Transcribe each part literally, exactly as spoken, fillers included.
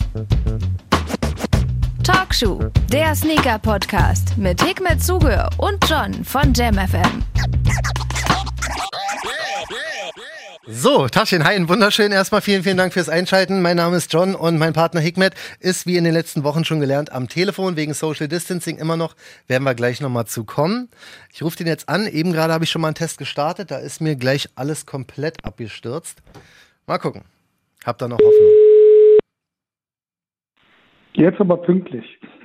Talkshow, der Sneaker-Podcast mit Hikmet Zuhör und John von Jam F M. So, Taschen, hi, ein wunderschön. Erstmal vielen, vielen Dank fürs Einschalten. Mein Name ist John und mein Partner Hikmet ist, wie in den letzten Wochen schon gelernt, am Telefon wegen Social Distancing immer noch. Werden wir gleich nochmal zu kommen. Ich rufe den jetzt an. Eben gerade habe ich schon mal einen Test gestartet. Da ist mir gleich alles komplett abgestürzt. Mal gucken. Hab da noch Hoffnung. Jetzt aber pünktlich.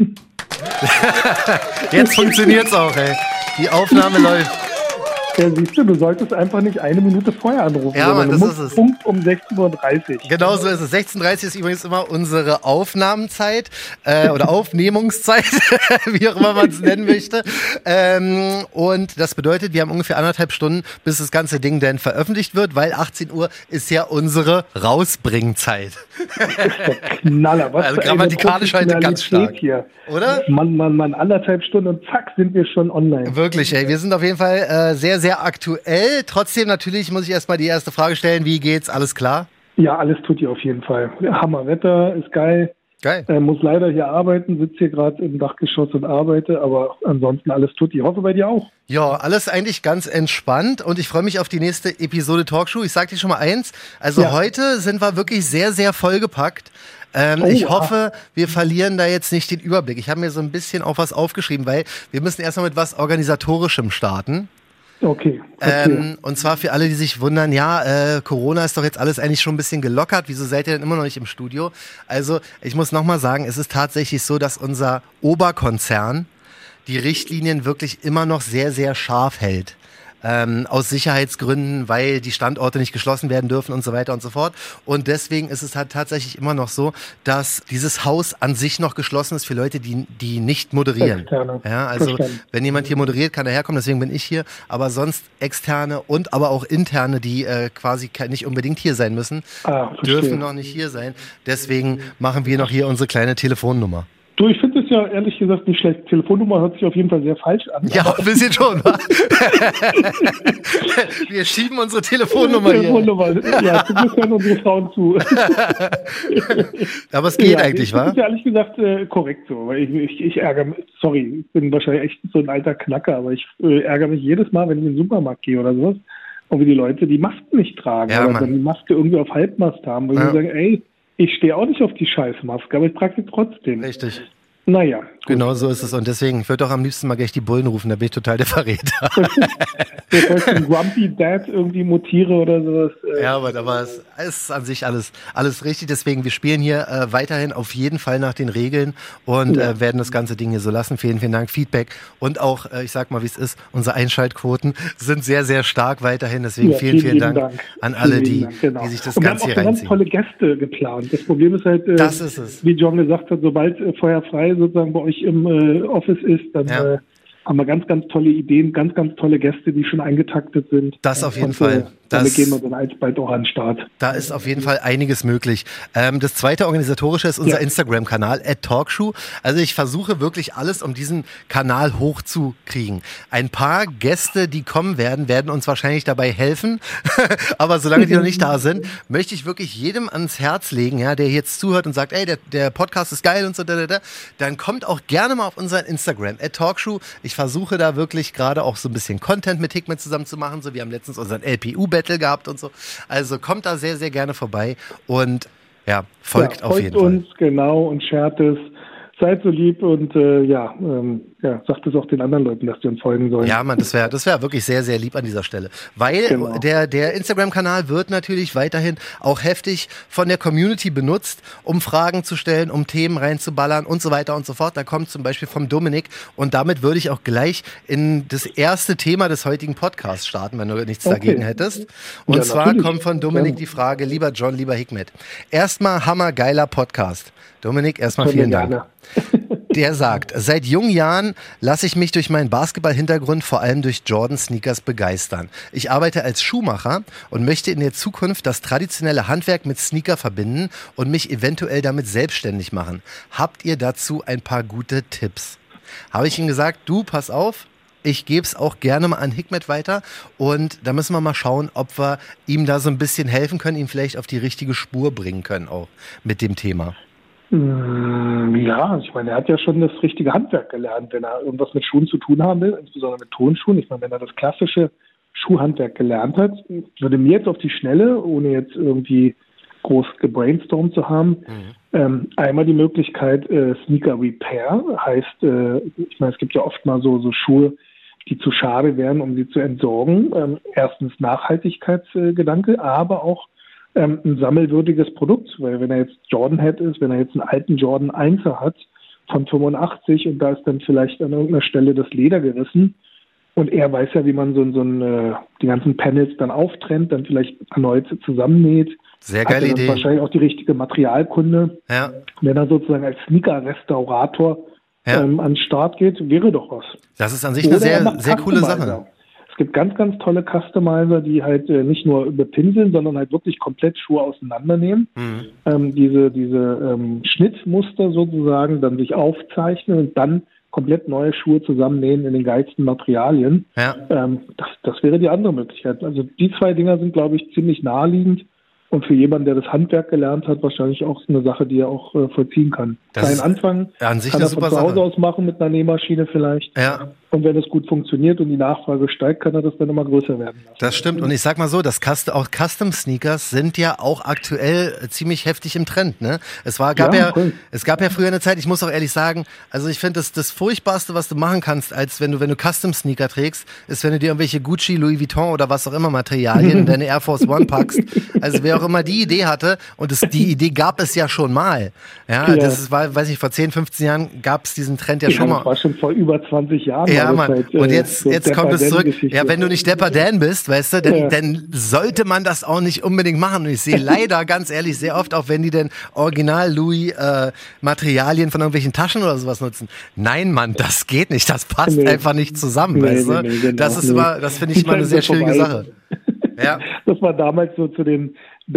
Jetzt funktioniert's auch, ey. Die Aufnahme läuft. Ja, siehst du, du solltest einfach nicht eine Minute vorher anrufen. Ja, Mann, das du ist es. Punkt um sechzehn Uhr dreißig. Genau so ist es. sechzehn Uhr dreißig ist übrigens immer unsere Aufnahmenzeit äh, oder Aufnehmungszeit, wie auch immer man es nennen möchte. Ähm, und das bedeutet, wir haben ungefähr anderthalb Stunden, bis das ganze Ding dann veröffentlicht wird, weil achtzehn Uhr ist ja unsere Rausbringzeit. Knaller, was Also für eine grammatikalisch heute ganz stark. Hier. Oder? Mann, Mann, Mann, anderthalb Stunden und zack, sind wir schon online. Wirklich, ey. Wir sind auf jeden Fall äh, sehr, sehr aktuell. Trotzdem natürlich muss ich erstmal die erste Frage stellen. Wie geht's? Alles klar? Ja, alles tut ihr auf jeden Fall. Hammerwetter, ist geil. Geil. Äh, muss leider hier arbeiten, sitze hier gerade im Dachgeschoss und arbeite, aber ansonsten alles tut ihr. Ich hoffe bei dir auch. Ja, alles eigentlich ganz entspannt und ich freue mich auf die nächste Episode Talkshow. Ich sag dir schon mal eins, also ja. Heute sind wir wirklich sehr, sehr vollgepackt. Ähm, oh, ich hoffe, wir verlieren da jetzt nicht den Überblick. Ich habe mir so ein bisschen auf was aufgeschrieben, weil wir müssen erstmal mit was Organisatorischem starten. Okay. okay. Ähm, und zwar für alle, die sich wundern, ja, äh, Corona ist doch jetzt alles eigentlich schon ein bisschen gelockert. Wieso seid ihr denn immer noch nicht im Studio? Also, ich muss nochmal sagen, es ist tatsächlich so, dass unser Oberkonzern die Richtlinien wirklich immer noch sehr, sehr scharf hält. Ähm, aus Sicherheitsgründen, weil die Standorte nicht geschlossen werden dürfen und so weiter und so fort. Und deswegen ist es halt tatsächlich immer noch so, dass dieses Haus an sich noch geschlossen ist für Leute, die, die nicht moderieren. Externe. Ja, also Verstanden. Wenn jemand hier moderiert, kann er herkommen, deswegen bin ich hier. Aber sonst Externe und aber auch Interne, die äh, quasi nicht unbedingt hier sein müssen, ah, dürfen noch nicht hier sein. Deswegen machen wir noch hier unsere kleine Telefonnummer. Du, ich finde es ja ehrlich gesagt nicht schlecht. Telefonnummer hört sich auf jeden Fall sehr falsch an. Ja, ein bisschen schon, wa? Wir schieben unsere Telefonnummer, Telefonnummer hier. Ja, zum Glück hören unsere Frauen zu. Aber es geht ja, eigentlich, ich wa? Das ist ja ehrlich gesagt äh, korrekt so. Weil ich, ich, ich ärgere mich, sorry, ich bin wahrscheinlich echt so ein alter Knacker, aber ich äh, ärgere mich jedes Mal, wenn ich in den Supermarkt gehe oder sowas, und wie die Leute die Masken nicht tragen. Ja, oder Mann. dann die Maske irgendwie auf Halbmast haben, wo Ja. sie sagen, ey, ich stehe auch nicht auf die Scheißmaske, aber ich trage sie trotzdem. Richtig. Naja. Gut. Genau so ist es. Und deswegen, ich würde doch am liebsten mal gleich die Bullen rufen, da bin ich total der Verräter. Bevor ich den Grumpy Dad irgendwie mutiere oder sowas. Äh, Ja, aber, aber es ist an sich alles, alles richtig. Deswegen, wir spielen hier äh, weiterhin auf jeden Fall nach den Regeln und Ja. äh, werden das ganze Ding hier so lassen. Vielen, vielen Dank. Feedback und auch, äh, ich sag mal, wie es ist, unsere Einschaltquoten sind sehr, sehr stark weiterhin. Deswegen Ja, vielen, vielen, vielen Dank, Dank. an alle, Vielen die, Dank, genau. die sich das und Ganze wir hier haben auch ganz reinziehen. tolle Gäste geplant. Das Problem ist halt, äh, Das ist es. wie John gesagt hat, sobald äh, Feuer frei sozusagen bei euch im äh, Office ist, dann Ja. äh, haben wir ganz, ganz tolle Ideen, ganz, ganz tolle Gäste, die schon eingetaktet sind. Das auf jeden und, Fall. Äh, damit Das- gehen wir dann alsbald auch an den Start. Da ist auf jeden Fall einiges möglich. Ähm, das zweite organisatorische ist unser Ja. Instagram-Kanal, at Talkshow. Also ich versuche wirklich alles, um diesen Kanal hochzukriegen. Ein paar Gäste, die kommen werden, werden uns wahrscheinlich dabei helfen. Aber solange die noch nicht da sind, möchte ich wirklich jedem ans Herz legen, ja, der jetzt zuhört und sagt, ey, der, der Podcast ist geil und so, da, da, da, dann kommt auch gerne mal auf unseren Instagram, at Talkshow. Ich versuche da wirklich gerade auch so ein bisschen Content mit Hikmet zusammen zu machen. So, wir haben letztens unseren L P U-Battle gehabt und so. Also kommt da sehr, sehr gerne vorbei und ja, folgt ja, auf folgt jeden Fall. uns, genau, und shared es. Seid so lieb und äh, ja, ähm, ja, sagt es auch den anderen Leuten, dass die uns folgen sollen. Ja, Mann, das wäre das wär wirklich sehr, sehr lieb an dieser Stelle. Weil Genau. der, der Instagram-Kanal wird natürlich weiterhin auch heftig von der Community benutzt, um Fragen zu stellen, um Themen reinzuballern und so weiter und so fort. Da kommt zum Beispiel vom Dominik und damit würde ich auch gleich in das erste Thema des heutigen Podcasts starten, wenn du nichts Okay. dagegen hättest. Und Ja, zwar natürlich. kommt von Dominik Ja. die Frage, lieber John, lieber Hikmet. Erstmal hammergeiler Podcast. Dominik, erstmal Können wir vielen Dank. gerne. Der sagt, seit jungen Jahren lasse ich mich durch meinen Basketball-Hintergrund vor allem durch Jordan-Sneakers begeistern. Ich arbeite als Schuhmacher und möchte in der Zukunft das traditionelle Handwerk mit Sneaker verbinden und mich eventuell damit selbstständig machen. Habt ihr dazu ein paar gute Tipps? Habe ich ihm gesagt, du, pass auf, ich gebe es auch gerne mal an Hikmet weiter und da müssen wir mal schauen, ob wir ihm da so ein bisschen helfen können, ihn vielleicht auf die richtige Spur bringen können auch mit dem Thema. Ja, ich meine, er hat ja schon das richtige Handwerk gelernt, wenn er irgendwas mit Schuhen zu tun haben will, insbesondere mit Tonschuhen. Ich meine, wenn er das klassische Schuhhandwerk gelernt hat, würde mir jetzt auf die Schnelle, ohne jetzt irgendwie groß gebrainstormt zu haben, mhm. ähm, einmal die Möglichkeit äh, Sneaker Repair, heißt, äh, ich meine, es gibt ja oft mal so, so Schuhe, die zu schade wären, um sie zu entsorgen. Ähm, erstens Nachhaltigkeitsgedanke, aber auch ähm, ein sammelwürdiges Produkt, weil wenn er jetzt Jordan-Head ist, wenn er jetzt einen alten Jordan Einser hat von fünfundachtzig und da ist dann vielleicht an irgendeiner Stelle das Leder gerissen und er weiß ja, wie man so, so ein, äh, die ganzen Panels dann auftrennt, dann vielleicht erneut zusammennäht. Sehr geile Idee. Wahrscheinlich auch die richtige Materialkunde. Ja. Wenn er sozusagen als Sneaker-Restaurator ja. ähm, an den Start geht, wäre doch was. Das ist an sich Oder eine sehr, sehr coole Sache. Es gibt ganz, ganz tolle Customizer, die halt äh, nicht nur überpinseln, sondern halt wirklich komplett Schuhe auseinandernehmen. Mhm. Ähm, diese diese ähm, Schnittmuster sozusagen dann sich aufzeichnen und dann komplett neue Schuhe zusammennähen in den geilsten Materialien. Ja. Ähm, das, das wäre die andere Möglichkeit. Also die zwei Dinger sind, glaube ich, ziemlich naheliegend. Und für jemanden, der das Handwerk gelernt hat, wahrscheinlich auch eine Sache, die er auch äh, vollziehen kann. Kleinen Anfang an sich kann eine er von super zu Hause Sache. aus machen mit einer Nähmaschine vielleicht. Ja. Und wenn es gut funktioniert und die Nachfrage steigt, kann er das dann immer größer werden lassen. Das stimmt. Und ich sag mal so, das Cust- auch Custom-Sneakers sind ja auch aktuell ziemlich heftig im Trend. Ne? Es war, gab ja, ja cool. es gab ja früher eine Zeit, ich muss auch ehrlich sagen, also ich finde, das, das Furchtbarste, was du machen kannst, als wenn du, wenn du Custom-Sneaker trägst, ist, wenn du dir irgendwelche Gucci, Louis Vuitton oder was auch immer Materialien in deine Air Force One packst. Also wer auch immer die Idee hatte, und das, die Idee gab es ja schon mal. Ja, ja. Das war, weiß ich, vor zehn, fünfzehn Jahren gab es diesen Trend ja, ja schon mal. Das war schon vor über zwanzig Jahren. Ja, Mann. Halt, und jetzt, so jetzt kommt es zurück. Geschichte. Ja, wenn du nicht Dapper Dan bist, weißt du, dann, ja. dann sollte man das auch nicht unbedingt machen. Und ich sehe leider, ganz ehrlich, sehr oft, auch wenn die denn Original Louis äh, Materialien von irgendwelchen Taschen oder sowas nutzen. Nein, Mann, das geht nicht. Das passt nee. einfach nicht zusammen, nee, weißt du? Nee, nee, genau, das ist immer, das finde ich immer eine sehr schwierige Sache. Ja. Das war damals so zu den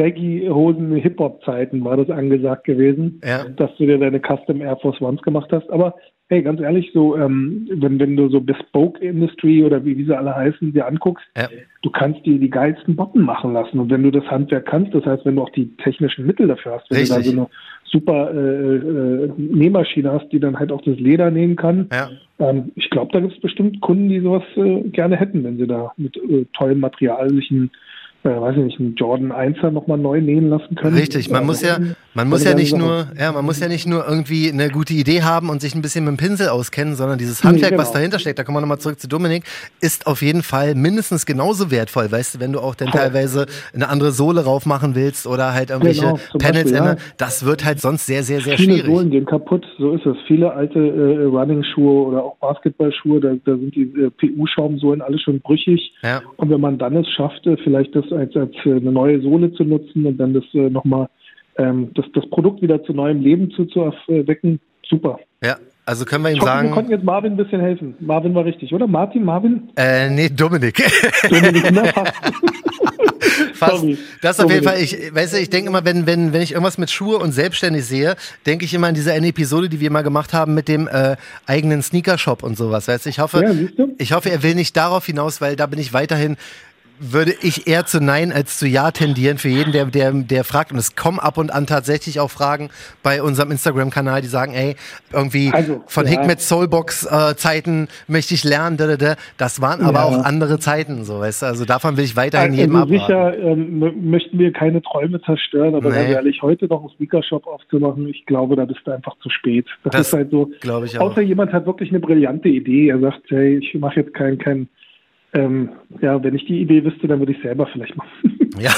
Baggy-Hosen-Hip-Hop-Zeiten war das angesagt gewesen, ja. dass du dir deine Custom Air Force Ones gemacht hast. Aber hey, ganz ehrlich, so ähm, wenn, wenn du so Bespoke Industry oder wie, wie sie alle heißen, dir anguckst, ja. du kannst dir die geilsten Botten machen lassen. Und wenn du das Handwerk kannst, das heißt, wenn du auch die technischen Mittel dafür hast, wenn Richtig. du da so eine super äh, äh, Nähmaschine hast, die dann halt auch das Leder nähen kann, ja. ähm, ich glaube, da gibt es bestimmt Kunden, die sowas äh, gerne hätten, wenn sie da mit äh, tollem Material sich ein Äh, weiß ich nicht, einen Jordan Einser nochmal neu nähen lassen können. Richtig, man muss ja, man muss ja nicht nur, ja, man muss ja nicht nur irgendwie eine gute Idee haben und sich ein bisschen mit dem Pinsel auskennen, sondern dieses Handwerk, nee, genau. was dahinter steckt, da kommen wir nochmal zurück zu Dominik, ist auf jeden Fall mindestens genauso wertvoll, weißt du, wenn du auch dann oh. teilweise eine andere Sohle rauf machen willst oder halt irgendwelche genau, Panels Beispiel, ändern, ja. das wird halt sonst sehr, sehr, sehr Viele schwierig. Viele Sohlen gehen kaputt, so ist es. Viele alte äh, Running-Schuhe oder auch Basketballschuhe, da, da sind die äh, P U-Schaumsohlen alle schon brüchig. Ja. Und wenn man dann es schafft, äh, vielleicht das als, als äh, eine neue Sohle zu nutzen und dann das äh, nochmal ähm, das, das Produkt wieder zu neuem Leben zu, zu erwecken, super. Ja, also können wir ihm ich hoffe, sagen... wir konnten jetzt Marvin ein bisschen helfen. Marvin war richtig, oder? Martin, Marvin? Äh, nee, Dominik. Dominik, na, fast. Fast. Sorry. Das auf jeden Fall, ich, weißt du, ich denke immer, wenn, wenn, wenn ich irgendwas mit Schuhe und selbstständig sehe, denke ich immer an diese eine Episode, die wir mal gemacht haben mit dem äh, eigenen Sneakershop und sowas. Weißt du, ich hoffe, ja, ich hoffe, er will nicht darauf hinaus, weil da bin ich weiterhin würde ich eher zu Nein als zu Ja tendieren für jeden, der, der, der fragt. Und es kommen ab und an tatsächlich auch Fragen bei unserem Instagram-Kanal, die sagen, ey, irgendwie also, von ja. Hikmet Soulbox-Zeiten äh, möchte ich lernen. Da, da, da. Das waren aber ja. auch andere Zeiten, so, weißt du. Also davon will ich weiterhin also jedem abraten. Sicher ähm, möchten wir keine Träume zerstören, aber nee. ganz ehrlich, heute noch einen Sneaker-Shop aufzumachen, ich glaube, da bist du einfach zu spät. Das, das ist halt so, glaube ich auch. Außer jemand hat wirklich eine brillante Idee. Er sagt, hey, ich mache jetzt kein, kein Ähm, ja, wenn ich die Idee wüsste, dann würde ich selber vielleicht machen. Ja.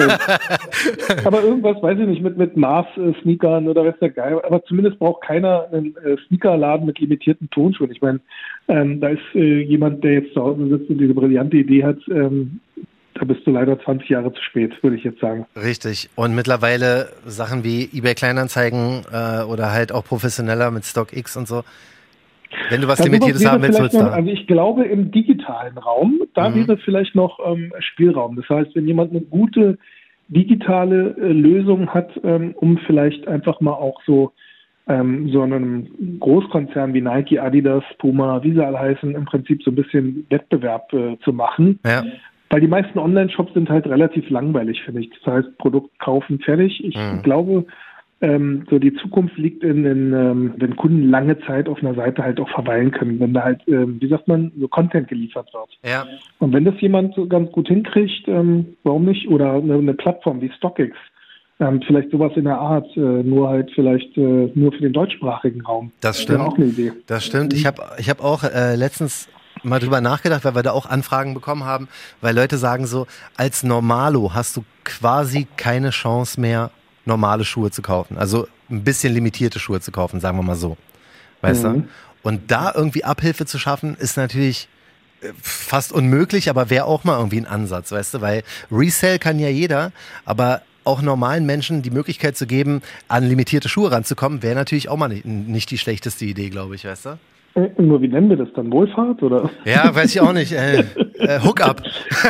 Aber irgendwas, weiß ich nicht, mit, mit Mars-Sneakern oder was der Geil. Aber zumindest braucht keiner einen äh, Sneakerladen mit limitierten Tonschuhen. Ich meine, ähm, da ist äh, jemand, der jetzt zu Hause sitzt und diese brillante Idee hat, ähm, da bist du leider zwanzig Jahre zu spät, würde ich jetzt sagen. Richtig. Und mittlerweile Sachen wie eBay Kleinanzeigen äh, oder halt auch professioneller mit StockX und so. Wenn du was ja, Limitiertes haben willst, wird's noch, da. Also ich glaube, im digitalen Raum, da mhm. wäre vielleicht noch ähm, Spielraum. Das heißt, wenn jemand eine gute digitale äh, Lösung hat, ähm, um vielleicht einfach mal auch so ähm, so einem Großkonzern wie Nike, Adidas, Puma, wie sie alle heißen, im Prinzip so ein bisschen Wettbewerb äh, zu machen. Ja. Weil die meisten Online-Shops sind halt relativ langweilig, finde ich. Das heißt, Produkt kaufen, fertig. Ich mhm. glaube, ähm, so die Zukunft liegt in, in ähm, wenn Kunden lange Zeit auf einer Seite halt auch verweilen können, wenn da halt, ähm, wie sagt man, so Content geliefert wird. Ja. Und wenn das jemand so ganz gut hinkriegt, ähm, warum nicht? Oder eine, eine Plattform wie StockX, ähm, vielleicht sowas in der Art, äh, nur halt vielleicht äh, nur für den deutschsprachigen Raum. Das stimmt. Wäre auch eine Idee. Das stimmt. Ich habe ich hab auch äh, letztens mal drüber nachgedacht, weil wir da auch Anfragen bekommen haben, weil Leute sagen so, als Normalo hast du quasi keine Chance mehr, normale Schuhe zu kaufen. Also ein bisschen limitierte Schuhe zu kaufen, sagen wir mal so. Weißt Mhm. du? Und da irgendwie Abhilfe zu schaffen, ist natürlich fast unmöglich, aber wäre auch mal irgendwie ein Ansatz, weißt du? Weil Resell kann ja jeder, aber auch normalen Menschen die Möglichkeit zu geben, an limitierte Schuhe ranzukommen, wäre natürlich auch mal nicht, nicht die schlechteste Idee, glaube ich, weißt du? Äh, Nur wie nennen wir das dann? Wohlfahrt oder? Ja, weiß ich auch nicht. Äh, äh, Hookup.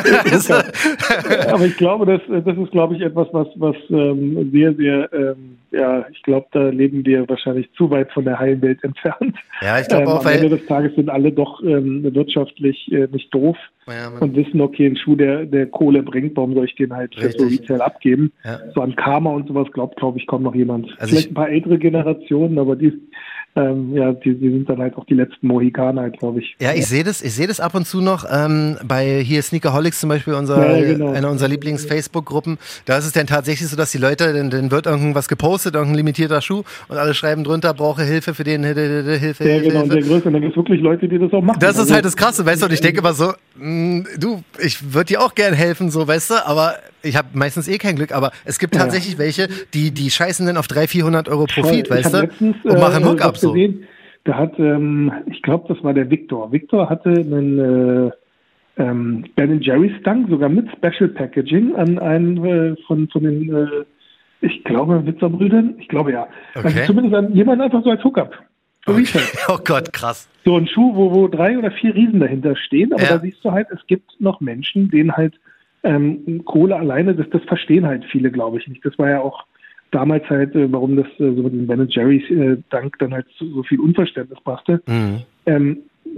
Aber ich glaube, das, das ist, glaube ich, etwas, was, was ähm, sehr, sehr, ähm, ja, ich glaube, da leben wir wahrscheinlich zu weit von der heilen Welt entfernt. Ja, ich glaube ähm, auch, am weil Ende des Tages sind alle doch ähm, wirtschaftlich äh, nicht doof ja, man, und wissen, okay, ein Schuh, der, der Kohle bringt, warum soll ich den halt für so Richtig. Retail abgeben? Ja. So an Karma und sowas glaubt, glaube ich, kaum noch jemand. Also Vielleicht ich- ein paar ältere Generationen, aber die, ähm, ja, die, die sind dann halt auch die letzten Mohikaner, glaube ich. ja, ich sehe das, ich sehe das ab und zu noch ähm, bei hier Sneakerholics zum Beispiel, unser, Ja, genau. einer unserer Lieblings-Facebook-Gruppen. Da ist es dann tatsächlich so, dass die Leute, dann, dann wird irgendwas gepostet, irgendein limitierter Schuh und alle schreiben drunter, brauche Hilfe für den, Hilfe, Hilfe, Ja, Hilfe. genau, und der Größe. Und dann gibt es wirklich Leute, die das auch machen. Das ist Also, halt das Krasse, weißt du, und ich denke immer so, mh, du, ich würde dir auch gern helfen, so, weißt du, aber ich habe meistens eh kein Glück, aber es gibt tatsächlich welche, die, die scheißen dann auf dreihundert, vierhundert Euro Profit, ich weißt hab du, letztens, und machen äh, Hookup was so. gesehen. Da hat, ähm, ich glaube, das war der Victor. Victor hatte einen äh, ähm, Ben Jerry's Dunk, sogar mit Special Packaging, an einen äh, von, von den, äh, ich glaube, Witzerbrüdern. Ich glaube, ja. Okay. Also zumindest an jemand einfach so als Hookup. Für Okay. Retail. Oh Gott, krass. So ein Schuh, wo, wo drei oder vier Riesen dahinter stehen, aber Ja. da siehst du halt, es gibt noch Menschen, denen halt ähm, Kohle alleine, das, das verstehen halt viele, glaube ich nicht. Das war ja auch damals halt, äh, warum das äh, so mit dem Ben Jerry's äh, Dank dann halt so, so viel Unverständnis brachte. Mhm. Ähm,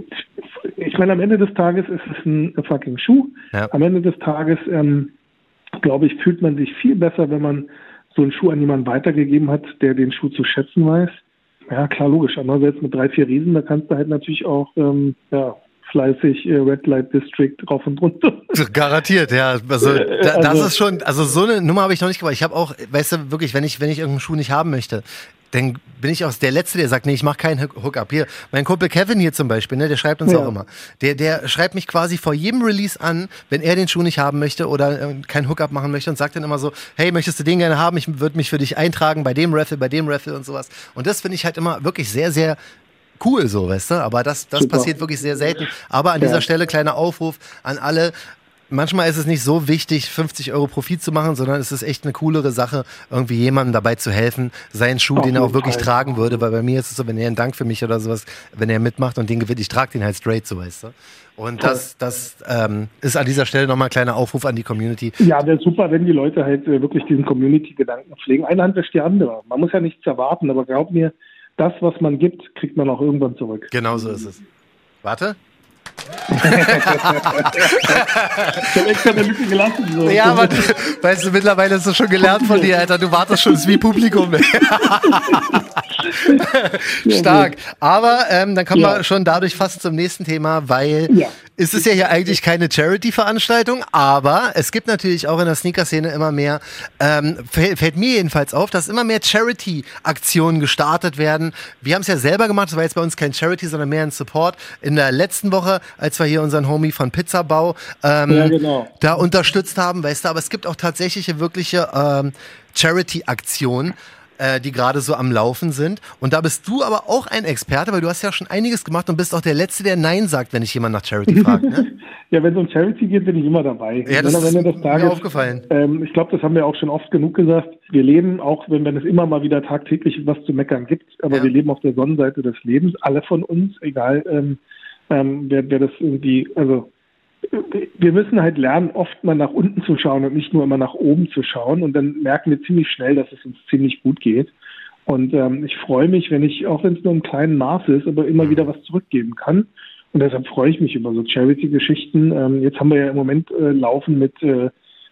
ich meine, am Ende des Tages ist es ein fucking Schuh. Ja. Am Ende des Tages, ähm, glaube ich, fühlt man sich viel besser, wenn man so einen Schuh an jemanden weitergegeben hat, der den Schuh zu schätzen weiß. Ja, klar, logisch. Andererseits mit drei, vier Riesen, da kannst du halt natürlich auch ähm, ja, fleißig äh, Red Light District rauf und runter. Garantiert, ja. Also, da, das also- ist schon, also so eine Nummer habe ich noch nicht gemacht. Ich habe auch, weißt du, wirklich, wenn ich, wenn ich irgendeinen Schuh nicht haben möchte, dann bin ich auch der Letzte, der sagt, nee, ich mache keinen Hookup. Hier, mein Kumpel Kevin hier zum Beispiel, ne, der schreibt uns Ja. auch immer. Der, der schreibt mich quasi vor jedem Release an, wenn er den Schuh nicht haben möchte oder äh, keinen Hookup machen möchte und sagt dann immer so, hey, möchtest du den gerne haben? Ich würde mich für dich eintragen bei dem Raffle, bei dem Raffle und sowas. Und das finde ich halt immer wirklich sehr, sehr cool so, weißt du? Aber das, das Super. passiert wirklich sehr selten. Aber an Ja. dieser Stelle kleiner Aufruf an alle. Manchmal ist es nicht so wichtig, fünfzig Euro Profit zu machen, sondern es ist echt eine coolere Sache, irgendwie jemandem dabei zu helfen, seinen Schuh, Auf den er auch jeden wirklich Fall. tragen würde, weil bei mir ist es so, wenn er einen Dank für mich oder sowas, wenn er mitmacht und den gewinnt, ich trage den halt straight, so weißt du. Und Toll. das, das ähm, ist an dieser Stelle nochmal ein kleiner Aufruf an die Community. Ja, wäre super, wenn die Leute halt äh, wirklich diesen Community-Gedanken pflegen. Eine Hand wäscht die andere. Man muss ja nichts erwarten, aber glaub mir, das, was man gibt, kriegt man auch irgendwann zurück. Genau so ist es. Warte. Ich habe extra eine Lücke gelassen. So. Ja, aber du, weißt du, mittlerweile ist es schon gelernt von dir, Alter. Du wartest schon, ist wie Publikum. Stark. Aber ähm, dann kommen Ja. wir schon dadurch fast zum nächsten Thema, weil Ja. es ist ja hier eigentlich keine Charity-Veranstaltung, aber es gibt natürlich auch in der Sneaker-Szene immer mehr, ähm, fällt, fällt mir jedenfalls auf, dass immer mehr Charity-Aktionen gestartet werden. Wir haben es ja selber gemacht, das war jetzt bei uns kein Charity, sondern mehr ein Support. In der letzten Woche, als wir hier unseren Homie von Pizzabau ähm, Ja, genau. da unterstützt haben, weißt du, aber es gibt auch tatsächliche, wirkliche ähm, Charity-Aktionen, äh, die gerade so am Laufen sind. Und da bist du aber auch ein Experte, weil du hast ja schon einiges gemacht und bist auch der Letzte, der Nein sagt, wenn dich jemand nach Charity fragt. Ne? Ja, wenn es um Charity geht, bin ich immer dabei. Ja, das Wenn am ist Ende des mir Tages, aufgefallen. Ähm, ich glaube, das haben wir auch schon oft genug gesagt. Wir leben, auch wenn, wenn es immer mal wieder tagtäglich was zu meckern gibt, aber Ja. wir leben auf der Sonnenseite des Lebens, alle von uns, egal ähm, ähm, wer, wer das irgendwie, also wir müssen halt lernen, oft mal nach unten zu schauen und nicht nur immer nach oben zu schauen. Und dann merken wir ziemlich schnell, dass es uns ziemlich gut geht. Und ähm, ich freue mich, wenn ich, auch wenn es nur im kleinen Maße ist, aber immer wieder was zurückgeben kann. Und deshalb freue ich mich über so Charity-Geschichten. Ähm, jetzt haben wir ja im Moment äh, laufen mit äh,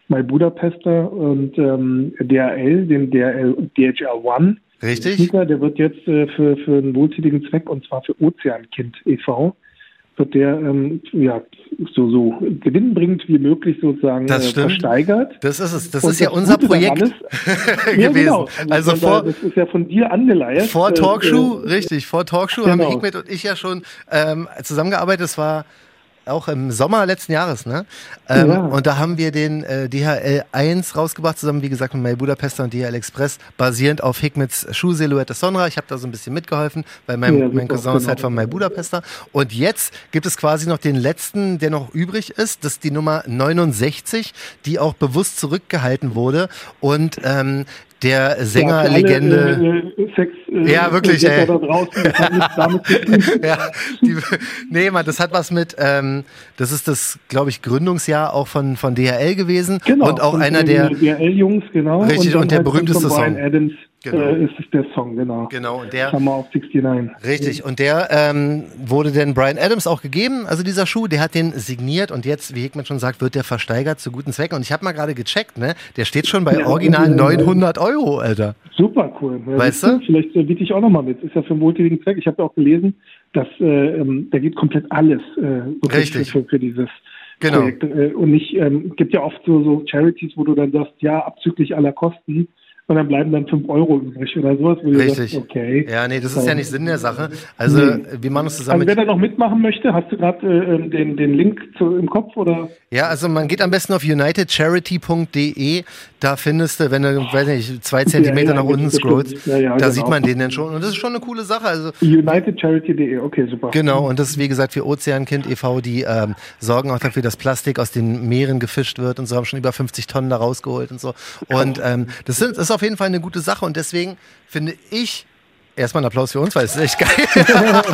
My Budapester und ähm, D H L, den D H L D H L One. Richtig. Sneaker, der wird jetzt äh, für, für einen wohltätigen Zweck, und zwar für Ozeankind e V, wird der ähm, ja, so, so gewinnbringend wie möglich sozusagen das äh, versteigert. Das ist es. Das und ist ja das unser Gute Projekt ist, gewesen. Ja, genau. Also, also vor, das ist ja von dir angeleiert. Vor Talkshow, äh, richtig, vor Talkshow genau. haben Hikmet und ich ja schon ähm, zusammengearbeitet. Das war auch im Sommer letzten Jahres, ne? Ähm, ja. Und da haben wir den äh, D H L eins rausgebracht, zusammen, wie gesagt, mit My Budapester und D H L Express, basierend auf Hikmets Schuhsilhouette Sonra. Ich habe da so ein bisschen mitgeholfen, weil mein, ja, mein Cousin ist halt von My Budapester. Und jetzt gibt es quasi noch den letzten, der noch übrig ist. Das ist die Nummer neunundsechzig, die auch bewusst zurückgehalten wurde. Und ähm, der Sängerlegende. Ja, äh, Sex, äh, ja, wirklich, ey. Da draußen, das hat nichts damit zu tun. ja, die, nee, man, das hat was mit, ähm, das ist das, glaube ich, Gründungsjahr auch von, von D H L gewesen. Genau, und auch von einer den der. D H L-Jungs, genau. Richtig, und, und der halt berühmteste von Bryan Song. Adams. Genau. Äh, ist es der Song, genau. Genau, und der. Summer of neunundsiebzig. Richtig, und der ähm, wurde denn Bryan Adams auch gegeben, also dieser Schuh, der hat den signiert und jetzt, wie Hikmet schon sagt, wird der versteigert zu guten Zwecken. Und ich habe mal gerade gecheckt, ne? Der steht schon bei ja, original ja, neunhundert Euro, Alter. Super cool. Ja, weißt du? Vielleicht äh, biete ich auch nochmal mit. Ist ja für einen wohltätigen Zweck. Ich habe ja auch gelesen, dass äh, ähm, da geht komplett alles äh, Richtig. Für, für dieses genau. Projekt. Äh, und nicht, ähm, gibt ja oft so, so Charities, wo du dann sagst, ja, abzüglich aller Kosten. Und dann bleiben dann fünf Euro übrig oder sowas. Richtig. Sagst, okay. Ja, nee, das ist ja nicht Sinn der Sache. Also, nee. Wir machen uns zusammen. Also, wer da noch mitmachen möchte, hast du gerade äh, den, den Link zu, im Kopf, oder? Ja, also man geht am besten auf united charity punkt de. Da findest du, wenn du, weiß nicht, zwei Zentimeter ja, ja, nach unten scrollst, ja, ja, da genau. sieht man den dann schon. Und das ist schon eine coole Sache. Also united charity punkt de, okay, super. Genau, und das ist wie gesagt für Ozeankind e V, die ähm, sorgen auch dafür, dass Plastik aus den Meeren gefischt wird und so, haben schon über fünfzig Tonnen da rausgeholt und so. Und ähm, das, sind, das ist auf jeden Fall eine gute Sache und deswegen finde ich, erstmal einen Applaus für uns, weil es ist echt geil.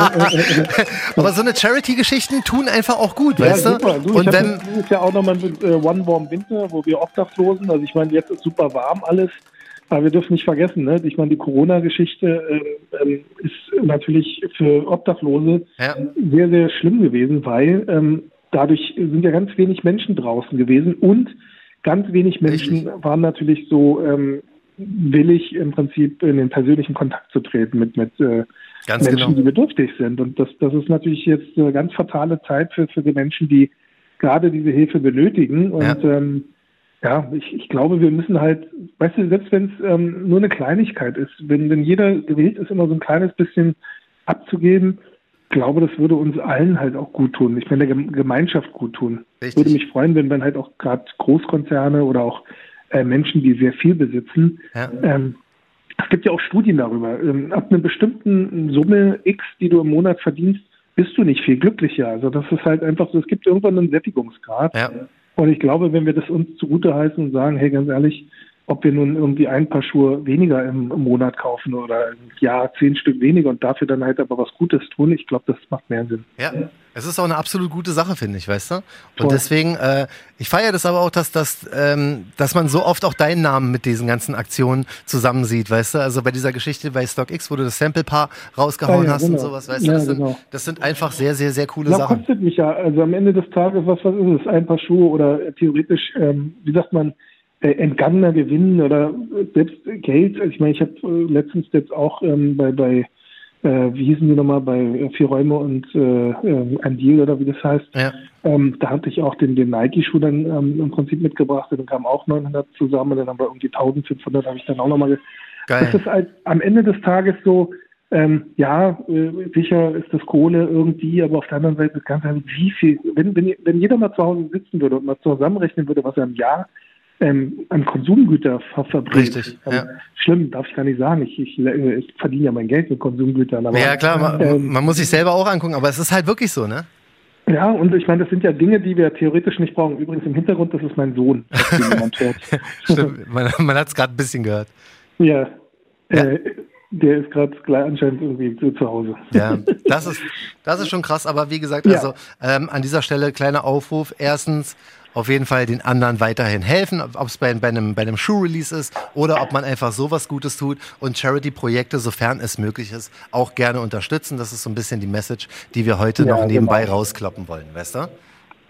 Aber so eine Charity-Geschichten tun einfach auch gut, ja, weißt super. du? du und wenn das ist ja auch nochmal mit äh, One Warm Winter, wo wir Obdachlosen, also ich meine, jetzt ist super warm alles, aber wir dürfen nicht vergessen, ne? Ich meine, die Corona-Geschichte ähm, ist natürlich für Obdachlose ja. sehr, sehr schlimm gewesen, weil ähm, dadurch sind ja ganz wenig Menschen draußen gewesen und ganz wenig Menschen Richtig. waren natürlich so ähm, willig, im Prinzip in den persönlichen Kontakt zu treten mit, mit äh, Menschen, genau. die bedürftig sind. Und das, das ist natürlich jetzt eine ganz fatale Zeit für, für die Menschen, die gerade diese Hilfe benötigen. Und ja, ähm, ja ich, ich glaube, wir müssen halt, weißt du, selbst wenn es ähm, nur eine Kleinigkeit ist, wenn, wenn jeder gewillt ist, immer so ein kleines bisschen abzugeben, ich glaube, das würde uns allen halt auch gut tun. Ich meine, der Gemeinschaft gut tun. Ich würde mich freuen, wenn dann halt auch gerade Großkonzerne oder auch äh, Menschen, die sehr viel besitzen, ja. ähm, es gibt ja auch Studien darüber. Ähm, ab einer bestimmten Summe X, die du im Monat verdienst, bist du nicht viel glücklicher. Also das ist halt einfach so, es gibt irgendwann einen Sättigungsgrad. Ja. Und ich glaube, wenn wir das uns zugute heißen und sagen, hey, ganz ehrlich, ob wir nun irgendwie ein paar Schuhe weniger im, im Monat kaufen oder im Jahr zehn Stück weniger und dafür dann halt aber was Gutes tun, ich glaube, das macht mehr Sinn. Ja, es ist auch eine absolut gute Sache, finde ich, weißt du? Und Voll. deswegen, äh, ich feiere das aber auch, dass, dass, ähm, dass man so oft auch deinen Namen mit diesen ganzen Aktionen zusammensieht, weißt du? Also bei dieser Geschichte bei StockX, wo du das Sample-Paar rausgehauen ja, ja, hast genau. und sowas, weißt du? Ja, das, sind, genau. das sind einfach sehr, sehr, sehr coole das Sachen. Das kostet mich ja, also am Ende des Tages, was, was ist es? Ein paar Schuhe oder äh, theoretisch, ähm, wie sagt man, äh, entgangener Gewinn oder selbst Geld. Ich meine, ich habe äh, letztens jetzt auch ähm, bei, bei Äh, wie hießen die nochmal, bei äh, Vier Räume und äh, äh, ein Deal oder wie das heißt. Ja. Ähm, da hatte ich auch den, den Nike-Schuh dann ähm, im Prinzip mitgebracht, dann kamen auch neunhundert zusammen, dann haben wir irgendwie eintausendfünfhundert, habe ich dann auch nochmal. Ge- Geil. Das ist halt am Ende des Tages so, ähm, ja, äh, sicher ist das Kohle irgendwie, aber auf der anderen Seite ist ganz ehrlich, wie viel, wenn, wenn, wenn jeder mal zu Hause sitzen würde und mal zusammenrechnen würde, was er im Jahr Ähm, an Konsumgüter ver- verbringt. Richtig, also, ja. Schlimm, darf ich gar nicht sagen. Ich, ich, ich verdiene ja mein Geld mit Konsumgütern. Aber, ja, klar, man, ähm, man muss sich selber auch angucken, aber es ist halt wirklich so, ne? Ja, und ich meine, das sind ja Dinge, die wir theoretisch nicht brauchen. Übrigens im Hintergrund, das ist mein Sohn, den jemand hört. Stimmt, man, man hat es gerade ein bisschen gehört. Ja, ja. Äh, der ist gerade gleich anscheinend irgendwie zu, zu Hause. Ja, das ist, das ist schon krass, aber wie gesagt, also ja. ähm, an dieser Stelle kleiner Aufruf. Erstens, auf jeden Fall den anderen weiterhin helfen, ob es bei, bei einem, bei einem Schuh-Release ist oder ob man einfach sowas Gutes tut und Charity-Projekte, sofern es möglich ist, auch gerne unterstützen. Das ist so ein bisschen die Message, die wir heute Ja, noch nebenbei genau. rauskloppen wollen, weißt du?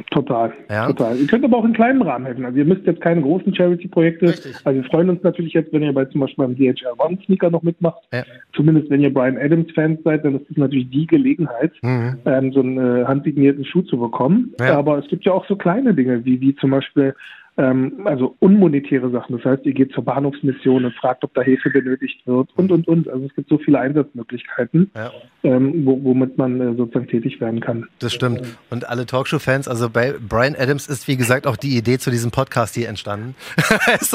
Total, Ja. total. Ihr könnt aber auch in kleinem Rahmen helfen. Also ihr müsst jetzt keine großen Charity-Projekte. Richtig. Also wir freuen uns natürlich jetzt, wenn ihr bei zum Beispiel beim D H L One Sneaker noch mitmacht. Ja. Zumindest wenn ihr Bryan Adams-Fans seid, dann ist das natürlich die Gelegenheit, Mhm. ähm, so einen äh, handsignierten Schuh zu bekommen. Ja. Aber es gibt ja auch so kleine Dinge, wie, wie zum Beispiel ähm, also unmonetäre Sachen. Das heißt, ihr geht zur Bahnhofsmission und fragt, ob da Hilfe benötigt wird und, und, und. Also es gibt so viele Einsatzmöglichkeiten, Ja. ähm, wo, womit man äh, sozusagen tätig werden kann. Das stimmt. Und alle Talkshow-Fans, also bei Bryan Adams ist, wie gesagt, auch die Idee zu diesem Podcast hier entstanden. Also,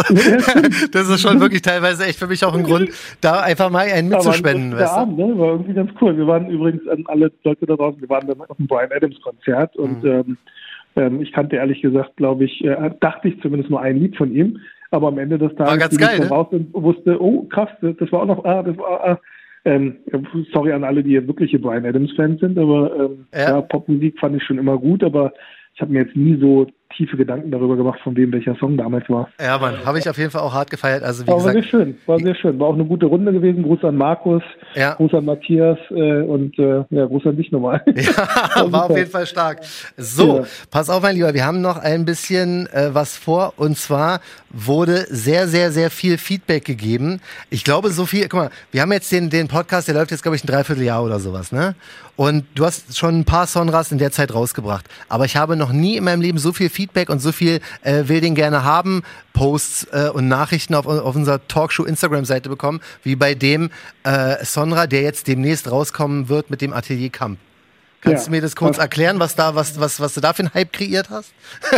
das ist schon wirklich teilweise echt für mich auch ein Grund, da einfach mal einen mitzuspenden. Aber der Weißt du? Abend, ne, war irgendwie ganz cool. Wir waren übrigens an alle Leute da draußen, wir waren dann auf dem Bryan Adams Konzert und Mhm. ähm, ähm, ich kannte ehrlich gesagt, glaube ich, äh, dachte ich zumindest nur ein Lied von ihm, aber am Ende des Tages ganz bin geil, ich dann ne? raus und wusste, oh krass, das, das war auch noch, ah, das war, ah, ähm, sorry an alle, die jetzt wirkliche Bryan Adams Fans sind, aber ähm, Ja. ja, Popmusik fand ich schon immer gut, aber ich habe mir jetzt nie so tiefe Gedanken darüber gemacht, von wem welcher Song damals war. Ja, Mann, habe ich auf jeden Fall auch hart gefeiert. Also wie Aber war sehr gesagt, schön, war sehr schön. War auch eine gute Runde gewesen. Gruß an Markus, Ja. Gruß an Matthias äh, und äh, ja, Gruß an dich nochmal. ja, war auf jeden Fall stark. So, Ja. pass auf, mein Lieber, wir haben noch ein bisschen äh, was vor. Und zwar wurde sehr, sehr, sehr viel Feedback gegeben. Ich glaube, so viel, guck mal, wir haben jetzt den, den Podcast, der läuft jetzt, glaube ich, ein Dreivierteljahr oder sowas, ne? Und du hast schon ein paar Sonras in der Zeit rausgebracht. Aber ich habe noch nie in meinem Leben so viel Feedback und so viel äh, will den gerne haben, Posts äh, und Nachrichten auf, auf unserer Talkshow-Instagram-Seite bekommen, wie bei dem äh, Sonra, der jetzt demnächst rauskommen wird mit dem Atelier Kamp. Kannst Ja. du mir das kurz Was- erklären, was da, was, was, was du da für einen Hype kreiert hast?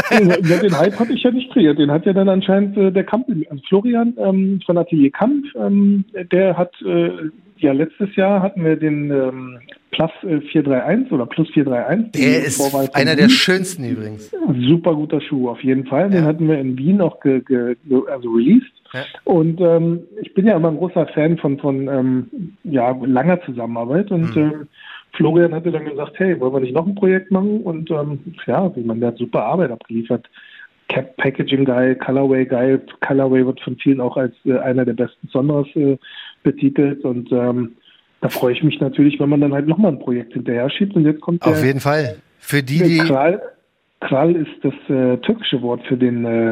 Ja, den Hype habe ich ja nicht kreiert. Den hat ja dann anscheinend äh, der Kamp, also Florian ähm, von Atelier Kamp, ähm, der hat, äh, ja, letztes Jahr hatten wir den ähm, Plus äh, vier drei eins oder Plus vier drei eins. Der die ist Vorwahl von einer Wien. der schönsten übrigens. Super guter Schuh, auf jeden Fall. Den Ja. hatten wir in Wien auch ge, ge, also released. Ja. Und ähm, ich bin ja immer ein großer Fan von, von ähm, ja, langer Zusammenarbeit. Und Mhm. ähm, Florian hatte dann gesagt, hey, wollen wir nicht noch ein Projekt machen? Und ähm, ja, ich meine, der hat super Arbeit abgeliefert. Cap Packaging geil, Colorway geil. Colorway wird von vielen auch als äh, einer der besten Sonras äh, betitelt. Und ähm, da freue ich mich natürlich, wenn man dann halt nochmal ein Projekt hinterher schiebt. Und jetzt kommt der, Auf jeden Fall. Für die, der die. Kral. Kral ist das äh, türkische Wort für den äh,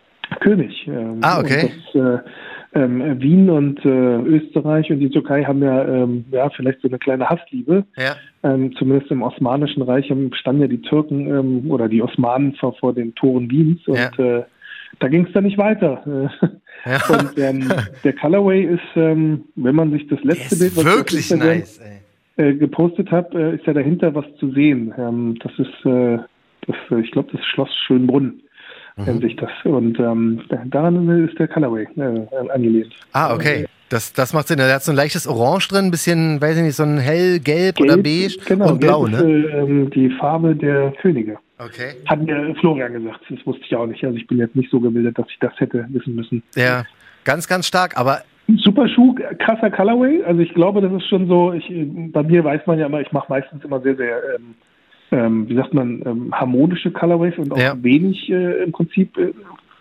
König. Ähm, Ah, okay. Und das, äh, ähm, Wien und äh, Österreich und die Türkei haben ja, ähm, ja vielleicht so eine kleine Hassliebe. Ja. Ähm, zumindest im Osmanischen Reich haben- standen ja die Türken ähm, oder die Osmanen vor, vor den Toren Wiens und Ja. äh, da ging es dann nicht weiter. Ja. Und ähm, der Colorway ist, ähm, wenn man sich das Der letzte Bild, ist was ich auf wirklich Instagram, nice, ey. äh, gepostet habe, äh, ist ja dahinter was zu sehen. Ähm, das ist, äh, das, äh, ich glaube, das ist Schloss Schönbrunn, nennt sich das. Und ähm, daran ist der Colorway äh, angelehnt. Ah, okay. Das, das macht Sinn. Der hat so ein leichtes Orange drin, ein bisschen, weiß ich nicht, so ein hellgelb oder beige genau, und blau, gelb ist, ne? äh, ähm, die Farbe der Könige. Okay. Hat mir Florian gesagt, das wusste ich auch nicht. Also ich bin jetzt nicht so gebildet, dass ich das hätte wissen müssen. Ja, ganz, ganz stark. Aber Super Schuh, krasser Colorway. Also ich glaube, das ist schon so, ich, bei mir weiß man ja immer, ich mache meistens immer sehr, sehr, ähm, ähm, wie sagt man, ähm, harmonische Colorways und auch Ja. wenig äh, im Prinzip äh,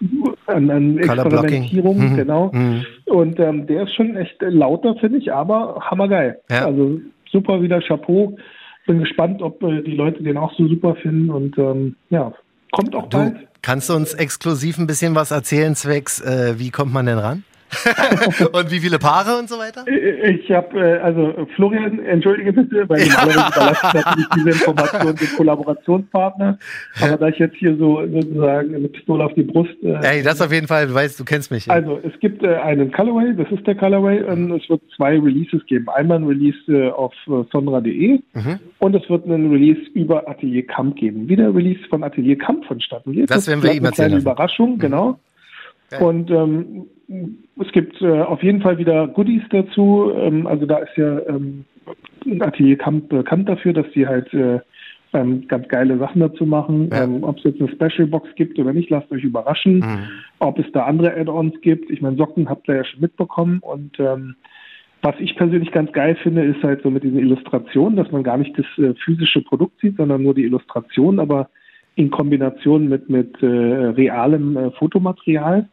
an, an Color Blocking. Experimentierung, Mhm. genau. Mhm. Und ähm, der ist schon echt äh, lauter, finde ich, aber hammergeil. Ja. Also super wieder, Chapeau. Bin gespannt, ob äh, die Leute den auch so super finden und ähm, ja, kommt auch Du, bald. kannst du uns exklusiv ein bisschen was erzählen, zwecks, äh, wie kommt man denn ran? Und wie viele Paare und so weiter? Ich habe, äh, also Florian, entschuldige bitte, weil normalerweise überlasse ich natürlich diese Information dem Kollaborationspartner. Aber da ich jetzt hier so sozusagen eine Pistole auf die Brust. Äh, Ey, das auf jeden Fall, du weißt, du kennst mich. Ja. Also es gibt äh, einen Colorway, das ist der Colorway, und es wird zwei Releases geben. Einmal ein Release äh, auf äh, sonra punkt de Mhm. und es wird einen Release über Atelier Kamp geben. Wie der Release von Atelier Kamp vonstatten geht. Das werden wir bleibt ihm eine kleine erzählen lassen. Überraschung, genau. Geil. Und ähm, es gibt äh, auf jeden Fall wieder Goodies dazu. Ähm, also da ist ja ähm, Atelier Kamp bekannt dafür, dass die halt äh, ähm, ganz geile Sachen dazu machen. Ja. Ähm, ob es jetzt eine Special Box gibt oder nicht, lasst euch überraschen. Mhm. Ob es da andere Add-ons gibt. Ich meine, Socken habt ihr ja schon mitbekommen. Und ähm, was ich persönlich ganz geil finde, ist halt so mit diesen Illustrationen, dass man gar nicht das äh, physische Produkt sieht, sondern nur die Illustration, aber in Kombination mit, mit äh, realem äh, Fotomaterial.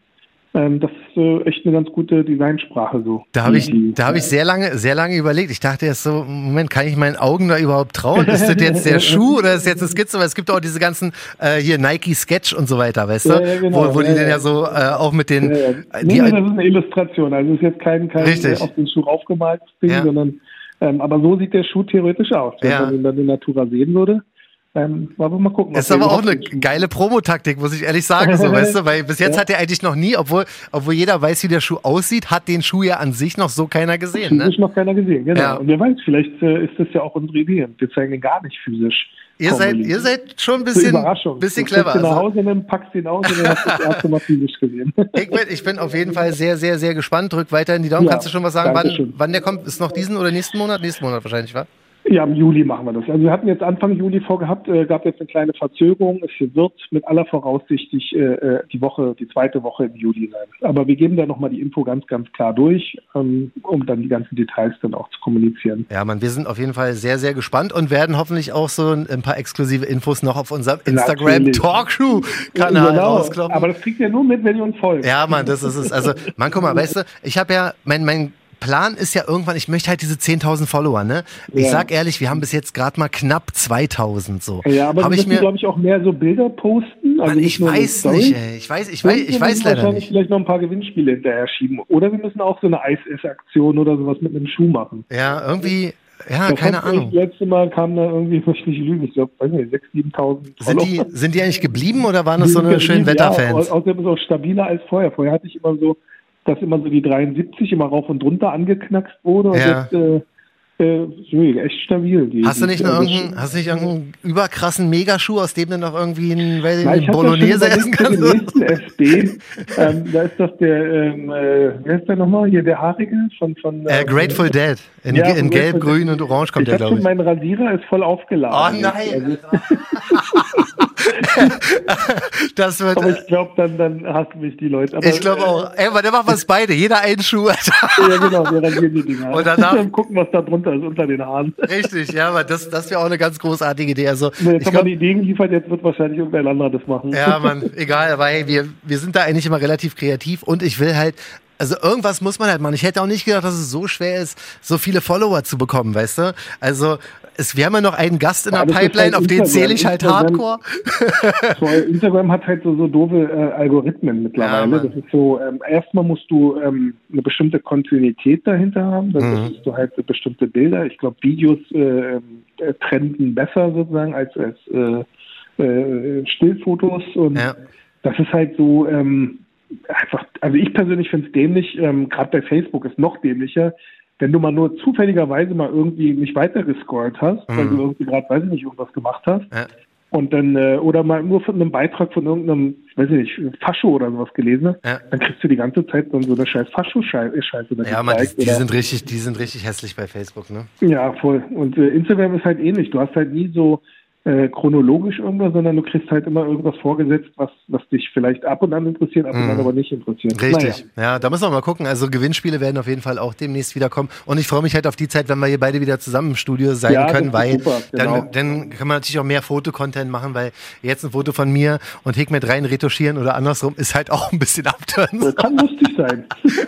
Ähm, das ist äh, echt eine ganz gute Designsprache so. Da habe ich, Die- da habe ich sehr lange, sehr lange überlegt. Ich dachte erst so, Moment, kann ich meinen Augen da überhaupt trauen? Ist das jetzt der Schuh oder ist das jetzt eine Skizze? Weil es gibt auch diese ganzen äh, hier Nike Sketch und so weiter, weißt du? Ja, ja, genau. Wo, wo die Ja, dann ja. ja so äh, auch mit den Ja, ja. äh, Nee, die, nee, das ist eine Illustration. Also es ist jetzt kein, kein Richtig. äh, auf den Schuh aufgemaltes Ding, Ja. sondern ähm, aber so sieht der Schuh theoretisch aus, wenn Ja. man ihn dann in Natura sehen würde. Ähm, aber mal gucken. ob ist der aber auch überhaupt eine den Schuh- geile Promotaktik, muss ich ehrlich sagen, so, weißt du? Weil bis jetzt Ja. hat er eigentlich noch nie, obwohl, obwohl jeder weiß, wie der Schuh aussieht, hat den Schuh ja an sich noch so keiner gesehen, ne? Physisch noch keiner gesehen, genau. Ja. Und wer weiß, vielleicht äh, ist das ja auch unsere Idee. Wir zeigen den gar nicht physisch. Ihr Kaum seid, mal ihr seid schon ein Zur bisschen, Überraschung. bisschen du kriegst clever. ihn nach Also, Hause, dann packst ihn aus und dann hast du das erste Mal physisch gesehen. ich, bin, ich bin auf jeden Fall sehr, sehr, sehr gespannt. Drück weiterhin die Daumen. Ja, Kannst du schon was sagen, wann, Dankeschön. wann der kommt? Ist noch diesen oder nächsten Monat? Nächsten Monat wahrscheinlich, wa? Ja, im Juli machen wir das. Also wir hatten jetzt Anfang Juli vorgehabt, äh, gab jetzt eine kleine Verzögerung. Es wird mit aller Voraussichtig äh, äh, die Woche, die zweite Woche im Juli sein. Aber wir geben da nochmal die Info ganz, ganz klar durch, ähm, um dann die ganzen Details dann auch zu kommunizieren. Ja, Mann, wir sind auf jeden Fall sehr, sehr gespannt und werden hoffentlich auch so ein, ein paar exklusive Infos noch auf unserem Instagram Natürlich. Talkshow-Kanal Genau. rauskloppen. Aber das kriegt ihr nur mit, wenn ihr uns folgt. Ja, Mann, das ist es. Also, Mann, guck mal, weißt du, ich habe ja, mein, mein Plan ist ja irgendwann, ich möchte halt diese zehntausend Follower, ne? Ich Ja. sag ehrlich, wir haben bis jetzt gerade mal knapp zweitausend so. Ja, aber Hab wir ich müssen, mir, glaube ich, auch mehr so Bilder posten. Also Mann, nicht ich nur eine weiß Story. nicht, ey. Ich weiß, ich weiß, ich Und wir weiß müssen leider wahrscheinlich nicht. vielleicht noch ein paar Gewinnspiele hinterher schieben. Oder wir müssen auch so eine Eis-Ess-Aktion oder sowas mit einem Schuh machen. Ja, irgendwie, ja, Das keine hat echt Ahnung. Das letzte Mal kam da irgendwie, muss ich nicht lügen, ich glaube, weiß nicht, sechstausend, siebentausend Sind die, Follower. sind die eigentlich geblieben oder waren das so eine Die- schönen ja, Wetterfans? au- Außerdem ist es auch stabiler als vorher. Vorher hatte ich immer so, dass immer so die dreiundsiebzig immer rauf und runter angeknackst wurde. Und Ja. jetzt äh, äh, ist echt stabil. Die, Hast du die- nicht noch also irgendeinen, hast du nicht irgendeinen überkrassen Megaschuh, aus dem du noch irgendwie ein, weil Na, eine ich hab Bolognese ja schon essen überlegt kannst? für den nächsten S B. ähm, da ist das der, ähm, äh, wer ist der nochmal? Hier der Haarige von, von Äh, ähm, Grateful Dead. In, Ja, in von Gelb, Grateful Grün und Orange kommt Ich der, hab glaube schon, ich. mein Rasierer ist voll aufgeladen. Oh nein! Also, Das wird, aber ich glaube, dann, dann hassen mich die Leute. Aber, ich glaube auch. Ey, aber dann machen wir es beide. Jeder einen Schuh, Alter. Äh, ja, genau, wir rasieren die Dinger. Und danach- dann gucken, was da drunter ist, unter den Haaren. Richtig, ja, aber das, das wäre auch eine ganz großartige Idee. Also, Nee, jetzt ich haben wir glaub, die Ideen geliefert, jetzt wird wahrscheinlich irgendein anderer das machen. ja, Mann, egal, aber hey, wir, wir sind da eigentlich immer relativ kreativ und ich will halt, also irgendwas muss man halt machen. Ich hätte auch nicht gedacht, dass es so schwer ist, so viele Follower zu bekommen, weißt du? Also, es, wir haben ja noch einen Gast in der Aber das ist Pipeline, halt auf den Instagram. zähle ich halt Instagram- hardcore. So, Instagram hat halt so, so doofe äh, Algorithmen Ja, mittlerweile. Mann. Das ist so, ähm, erstmal musst du ähm, eine bestimmte Kontinuität dahinter haben. Dann Mhm. hast du halt bestimmte Bilder. Ich glaube, Videos äh, ähm, äh, trenden besser sozusagen als, als äh, äh, Stillfotos. Und Ja. das ist halt so ähm, einfach, also ich persönlich finde es dämlich, ähm, gerade bei Facebook ist noch dämlicher, wenn du mal nur zufälligerweise mal irgendwie nicht weiter gescrollt hast, weil Mhm. du irgendwie gerade, weiß ich nicht, irgendwas gemacht hast. Ja. Und dann, äh, oder mal nur von einem Beitrag von irgendeinem, weiß ich nicht, Fascho oder sowas gelesen, Ja. dann kriegst du die ganze Zeit dann so eine scheiß Fascho-Scheiße. Ja, Mann, die, gezeigt, die oder- sind richtig, die sind richtig hässlich bei Facebook, ne? Ja, voll. Und äh, Instagram ist halt ähnlich. Du hast halt nie so äh, chronologisch irgendwas, sondern du kriegst halt immer irgendwas vorgesetzt, was, was dich vielleicht ab und an interessiert, ab und Mhm. an aber nicht interessiert. Richtig. Ja, da müssen wir mal gucken. Also Gewinnspiele werden auf jeden Fall auch demnächst wieder kommen. Und ich freue mich halt auf die Zeit, wenn wir hier beide wieder zusammen im Studio sein Ja, das können, ist weil super, genau. dann, dann kann man natürlich auch mehr Fotocontent machen, weil jetzt ein Foto von mir und Hikmet rein retuschieren oder andersrum ist halt auch ein bisschen abtören. Das kann lustig sein.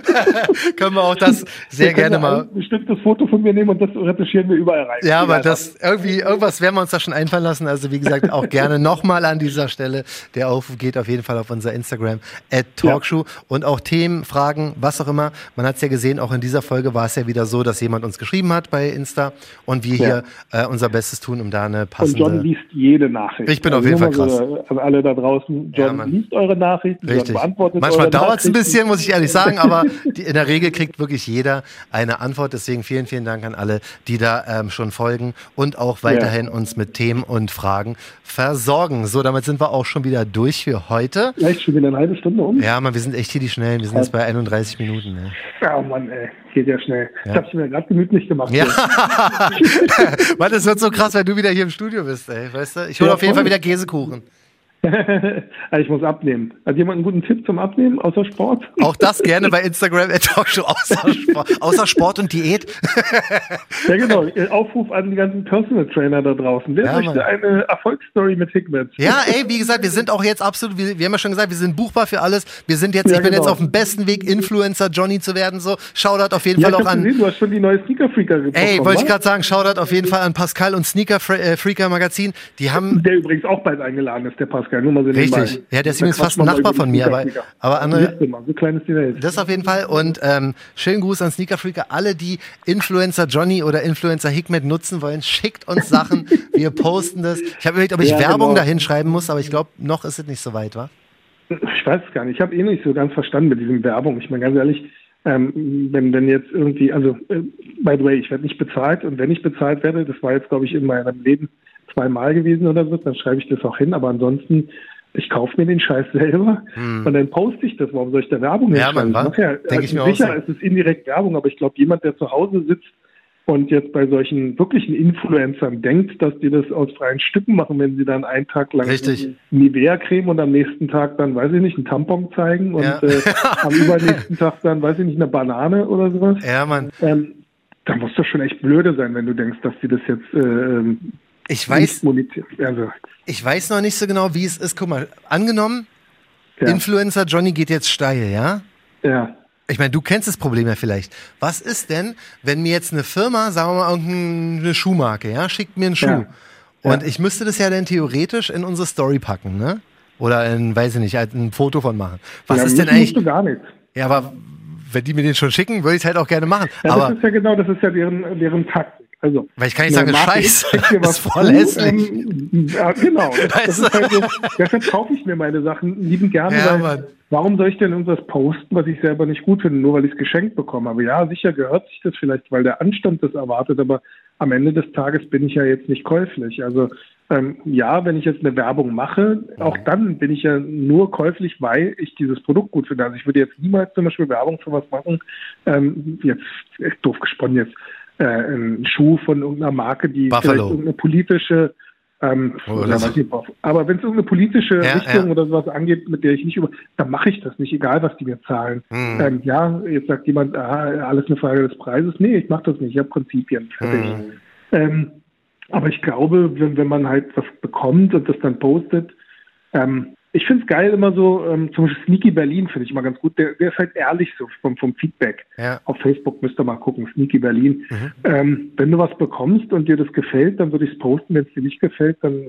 Können wir auch das sehr Wir können gerne ja mal. ein bestimmtes Foto von mir nehmen und das retuschieren wir überall rein. Ja, aber Egal das irgendwie, irgendwas werden wir uns da schon einfallen lassen. Also wie gesagt, auch gerne nochmal an dieser Stelle. Der Aufruf geht auf jeden Fall auf unser Instagram at Talkshow und auch Themen, Fragen, was auch immer. Man hat es ja gesehen, auch in dieser Folge war es ja wieder so, dass jemand uns geschrieben hat bei Insta und wir hier äh, unser Bestes tun, um da eine Und passende. John liest jede Nachricht. Ich bin also auf jeden nur Fall mal so, also alle da draußen, John Ja, Mann. liest eure Nachrichten, John Richtig. beantwortet Manchmal eure dauert es ein Nachrichten. bisschen, muss ich ehrlich sagen, aber die, in der Regel kriegt wirklich jeder eine Antwort. Deswegen vielen, vielen Dank an alle, die da ähm, schon folgen und auch weiterhin uns mit Themen und Fragen versorgen. So, damit sind wir auch schon wieder durch für heute. Vielleicht schon wieder eine halbe Stunde um. Ja, Mann, wir sind echt hier die Schnellen. Wir sind jetzt bei einunddreißig Minuten. Ne? Ja, Mann, ey, geht ja schnell. Ja. Das hab ich mir gerade gemütlich gemacht. Ja, Mann, das wird so krass, wenn du wieder hier im Studio bist, ey, weißt du? Ich hole Ja, auf jeden voll. Fall wieder Käsekuchen. Ich muss abnehmen. Hat jemand einen guten Tipp zum Abnehmen außer Sport? Auch das gerne bei Instagram at Talkshow, außer Sport, außer Sport und Diät. Ja, genau. Aufruf an die ganzen Personal Trainer da draußen. Wer ja, möchte Mann. eine Erfolgsstory mit Hikmet? Ja, ey, wie gesagt, wir sind auch jetzt absolut, wir, wir haben ja schon gesagt, wir sind buchbar für alles. Wir sind jetzt, Ja, ich bin genau. jetzt auf dem besten Weg, Influencer Johnny zu werden. So, Shoutout auf jeden Ja, Fall ich auch hab an. gesehen, du hast schon die neue Sneaker Freaker bekommen. Ey, wollte ich wa? gerade sagen, Shoutout auf jeden Fall an Pascal und Sneaker Fre- äh, Freaker Magazin. Die haben Der übrigens auch bald eingeladen ist, der Pascal. Nur mal so nebenbei. richtig. Ja, der ist Da übrigens fast quatscht man ein mal Nachbar über von die mir, aber, Sneaker Freaker. aber andere. Siehst du mal, so klein ist die Welt. Das auf jeden Fall und ähm, schönen Gruß an Sneaker Freaker. Alle, die Influencer Johnny oder Influencer Hikmet nutzen wollen, schickt uns Sachen. Wir posten das. Ich habe überlegt, ob ich Ja, Werbung genau. dahin schreiben muss, aber ich glaube, noch ist es nicht so weit, wa? Ich weiß es gar nicht. Ich habe eh nicht so ganz verstanden mit diesem Werbung. Ich meine, ganz ehrlich, ähm, wenn, wenn jetzt irgendwie, also, äh, by the way, ich werde nicht bezahlt und wenn ich bezahlt werde, das war jetzt, glaube ich, in meinem Leben zweimal gewesen oder so, dann schreibe ich das auch hin, aber ansonsten, ich kaufe mir den Scheiß selber Hm. und dann poste ich das. Warum soll ich da Werbung Ja, hinschreiben? Mann, wa? Ich mach ja, Denk also ich mir auch sicher, so. es ist indirekt Werbung, aber ich glaube, jemand, der zu Hause sitzt und jetzt bei solchen wirklichen Influencern denkt, dass die das aus freien Stücken machen, wenn sie dann einen Tag lang Richtig. Nivea-Creme und am nächsten Tag dann, weiß ich nicht, einen Tampon zeigen und Ja. äh, am übernächsten Tag dann, weiß ich nicht, eine Banane oder sowas. Ja, Mann. Ähm, da muss doch schon echt blöde sein, wenn du denkst, dass die das jetzt äh, ähm, Ich nicht weiß, monetieren. Also, ich weiß noch nicht so genau, wie es ist. Guck mal, angenommen, ja. Influencer Johnny geht jetzt steil, ja? ja. Ich meine, du kennst das Problem ja vielleicht. Was ist denn, wenn mir jetzt eine Firma, sagen wir mal, irgendeine Schuhmarke, ja, schickt mir einen Schuh. Ja. Und Ja. ich müsste das ja dann theoretisch in unsere Story packen, ne? Oder in, weiß ich nicht, halt ein Foto von machen. Was ja, ist denn müssen eigentlich? musst du gar nichts. Ja, aber wenn die mir den schon schicken, würde ich es halt auch gerne machen. Ja, aber das ist ja genau, das ist ja deren, deren Taktik. Also, weil ich kann nicht eine sagen, Marke Scheiße, X schickt dir das ist was voll zu, hässlich. Ähm, ja, genau. Das, das ist halt so, deshalb kaufe ich mir meine Sachen lieben gerne, Ja, weil Mann. warum soll ich denn irgendwas posten, was ich selber nicht gut finde, nur weil ich es geschenkt bekomme? Aber ja, sicher gehört sich das vielleicht, weil der Anstand das erwartet, aber am Ende des Tages bin ich ja jetzt nicht käuflich. Also ähm, ja, wenn ich jetzt eine Werbung mache, auch dann bin ich ja nur käuflich, weil ich dieses Produkt gut finde. Also ich würde jetzt niemals zum Beispiel Werbung für was machen, ähm, jetzt echt doof gesponnen jetzt, äh, einen Schuh von irgendeiner Marke, die Buffalo. vielleicht irgendeine politische ähm, Oder ja, so. weiß nicht, aber wenn es irgendeine politische Ja, Richtung ja. oder sowas angeht, mit der ich nicht über, dann mache ich das nicht, egal was die mir zahlen. Mhm. Ähm, ja, jetzt sagt jemand, ah, alles eine Frage des Preises. Nee, ich mache das nicht, ich habe Prinzipien. Fertig. Mhm. Ähm, aber ich glaube, wenn, wenn man halt was bekommt und das dann postet, ähm, ich finde es geil immer so, ähm, zum Beispiel Sneaky Berlin finde ich immer ganz gut, der, der ist halt ehrlich so vom, vom Feedback. Ja. Auf Facebook müsst ihr mal gucken, Sneaky Berlin. Mhm. Ähm, wenn du was bekommst und dir das gefällt, dann würde ich es posten. Wenn es dir nicht gefällt, dann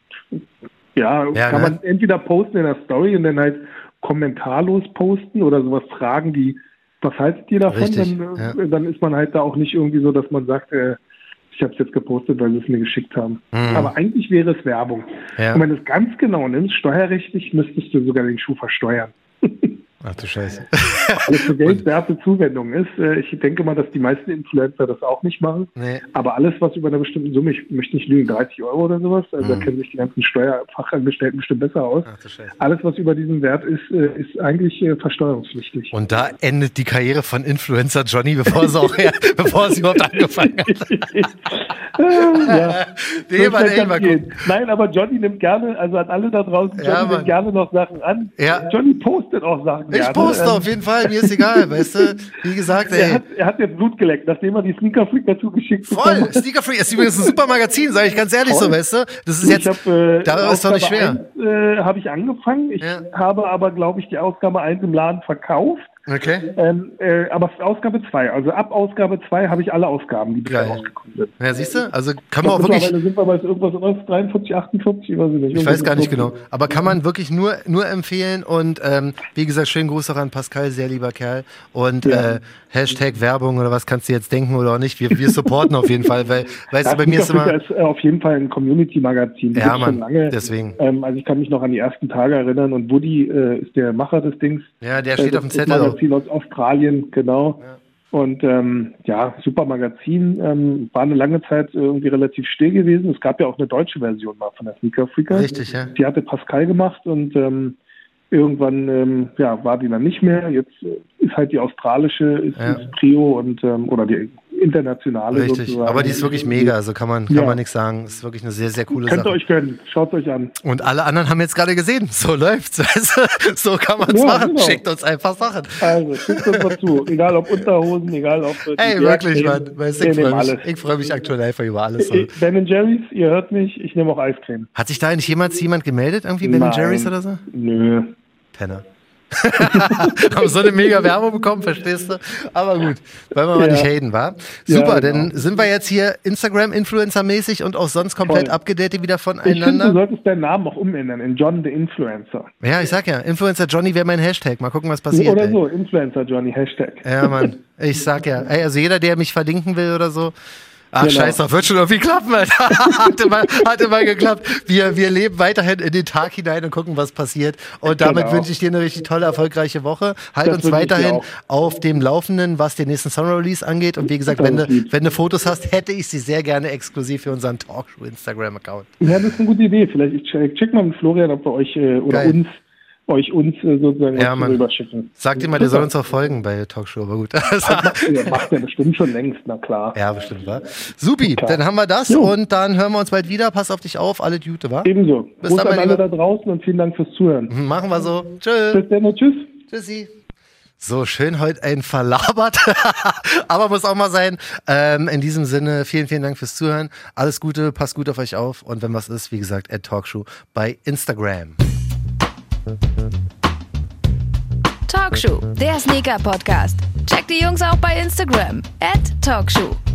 ja, Ja, kann ne? man entweder posten in der Story und dann halt kommentarlos posten oder sowas fragen wie, was haltet ihr davon? Richtig, Dann, ja. äh, dann ist man halt da auch nicht irgendwie so, dass man sagt, äh, ich habe es jetzt gepostet, weil sie es mir geschickt haben. Mhm. Aber eigentlich wäre es Werbung. Ja. Und wenn du es ganz genau nimmst, steuerrechtlich, müsstest du sogar den Schuh versteuern. Ach du Scheiße. Weil es eine geldwerte Zuwendung ist. Äh, Ich denke mal, dass die meisten Influencer das auch nicht machen. Nee. Aber alles, was über einer bestimmten Summe, ich möchte nicht lügen, dreißig Euro oder sowas, also da Mhm. kennen sich die ganzen Steuerfachangestellten bestimmt besser aus. Ach du Scheiße. Alles, was über diesen Wert ist, äh, ist eigentlich äh, versteuerungspflichtig. Und da endet die Karriere von Influencer Johnny, bevor sie auch her, bevor sie überhaupt angefangen hat. ja. Nee, So Mann, schnell ey, kann's mal gehen. gucken. Nein, aber Johnny nimmt gerne, also an alle da draußen, Johnny Ja, Mann. nimmt gerne noch Sachen an. Ja. Johnny postet auch Sachen Ich gerne. poste Ähm, auf jeden Fall, mir ist egal, weißt du? Wie gesagt, er, ey. hat, er hat jetzt Blut geleckt, nachdem er die Sneaker Freak dazu geschickt Voll! Sneaker Free ist übrigens ein super Magazin, sage ich ganz ehrlich Voll. so, weißt du? Das ist jetzt, ich hab, äh, da ist doch nicht schwer. eins, äh, habe ich angefangen. Ich Ja. habe aber, glaube ich, die Ausgabe eins im Laden verkauft. Okay. Ähm, äh, aber für Ausgabe zwei, also ab Ausgabe zwei habe ich alle Ausgaben, die bisher Geil. rausgekommen sind. Ja, siehst du? Also kann man auch Mittlerweile wirklich, sind wir bei irgendwas was, dreiundvierzig, achtundvierzig, ich weiß nicht. ich weiß gar nicht Irgendwas genau, aber kann man wirklich nur, nur empfehlen und ähm, wie gesagt, schönen Gruß auch an Pascal, sehr lieber Kerl und Ja. äh, Hashtag Werbung oder was kannst du jetzt denken oder auch nicht, wir, wir supporten auf jeden Fall, weil, weißt Ja, du, bei mir ist Sneaker immer, Freak ist äh, auf jeden Fall ein Community-Magazin. Das ja gibt's schon Mann, lange. deswegen, Ähm, also ich kann mich noch an die ersten Tage erinnern und Woody äh, ist der Macher des Dings. ja, der steht Äh, auf dem das Zettel auch. Magazin aus Australien, genau. Ja. Und ähm, ja, super Magazin. Ähm, war eine lange Zeit irgendwie relativ still gewesen. Es gab ja auch eine deutsche Version mal von der Sneaker Freaker. Richtig, ja. Die hatte Pascal gemacht und ähm, irgendwann ähm, ja, war die dann nicht mehr. Jetzt äh, ist halt die australische, ist, Ja. ist Prio und ähm, oder die internationale. Richtig, sozusagen. aber die ist wirklich mega, also kann man, kann Ja. man nichts sagen. Ist wirklich eine sehr, sehr coole Könnt ihr Sache. euch gönnen, schaut euch an. Und alle anderen haben jetzt gerade gesehen, so läuft's. Also, so kann man es Ja, machen. genau. Schickt uns einfach Sachen. Also, schickt uns was zu. Egal ob Unterhosen, egal ob... äh, die Ey, wirklich, Mann. Bergcreme. Weißt, Wir ich freue nehmen mich, alles. ich freu mich aktuell einfach über alles. So. Äh, Ben Jerry's, ihr hört mich, ich nehme auch Eiscreme. Hat sich da eigentlich jemals jemand gemeldet, irgendwie Ben Nein. Jerry's oder so? Nö. Penner. Haben so eine mega Werbung bekommen, verstehst du? Aber gut, wollen wir mal Ja. nicht haten, wa? Super, Ja, genau. dann sind wir jetzt hier Instagram-Influencer-mäßig und auch sonst komplett Voll. abgedatet wieder Ich finde, voneinander. du solltest deinen Namen auch umändern in John the Influencer. Ja, ich sag ja, Influencer Johnny wäre mein Hashtag. Mal gucken, was passiert. Oder ey. so, Influencer Johnny, Hashtag. Ja, Mann. Ich sag ja. Ey, also jeder, der mich verlinken will oder so. Ach, Genau. scheiß drauf, wird schon irgendwie klappen, Alter. hatte, mal, hatte mal geklappt. Wir, wir leben weiterhin in den Tag hinein und gucken, was passiert. Und damit Genau. wünsche ich dir eine richtig tolle, erfolgreiche Woche. Halt Das uns wünsche ich dir weiterhin auch. auf dem Laufenden, was den nächsten Song-Release angeht. Und wie gesagt, Das wenn du, ist lieb. wenn du Fotos hast, hätte ich sie sehr gerne exklusiv für unseren Talkshow-Instagram-Account. Ja, das ist eine gute Idee. Vielleicht ich check, check mal mit Florian, ob wir euch äh, oder Geil. uns euch uns äh, sozusagen Ja, was Mann. rüberschicken. Sag dir mal, der soll uns auch folgen bei Talkshow, aber gut. Macht, ja, macht er bestimmt schon längst, na klar. Ja, bestimmt, wa? Supi, Klar. dann haben wir das Jo. und dann hören wir uns bald wieder. Pass auf dich auf, alle Jute, wa? Ebenso. Bis Gruß dann, an mein alle Lieber. da draußen und vielen Dank fürs Zuhören. Machen wir so. Tschüss. Bis dann und tschüss. Tschüssi. So, schön heute ein verlabert, aber muss auch mal sein. Ähm, in diesem Sinne, vielen, vielen Dank fürs Zuhören. Alles Gute, passt gut auf euch auf und wenn was ist, wie gesagt, at Talkshow bei Instagram. Talkshow, der Sneaker-Podcast. Checkt die Jungs auch bei Instagram. at Talkshow.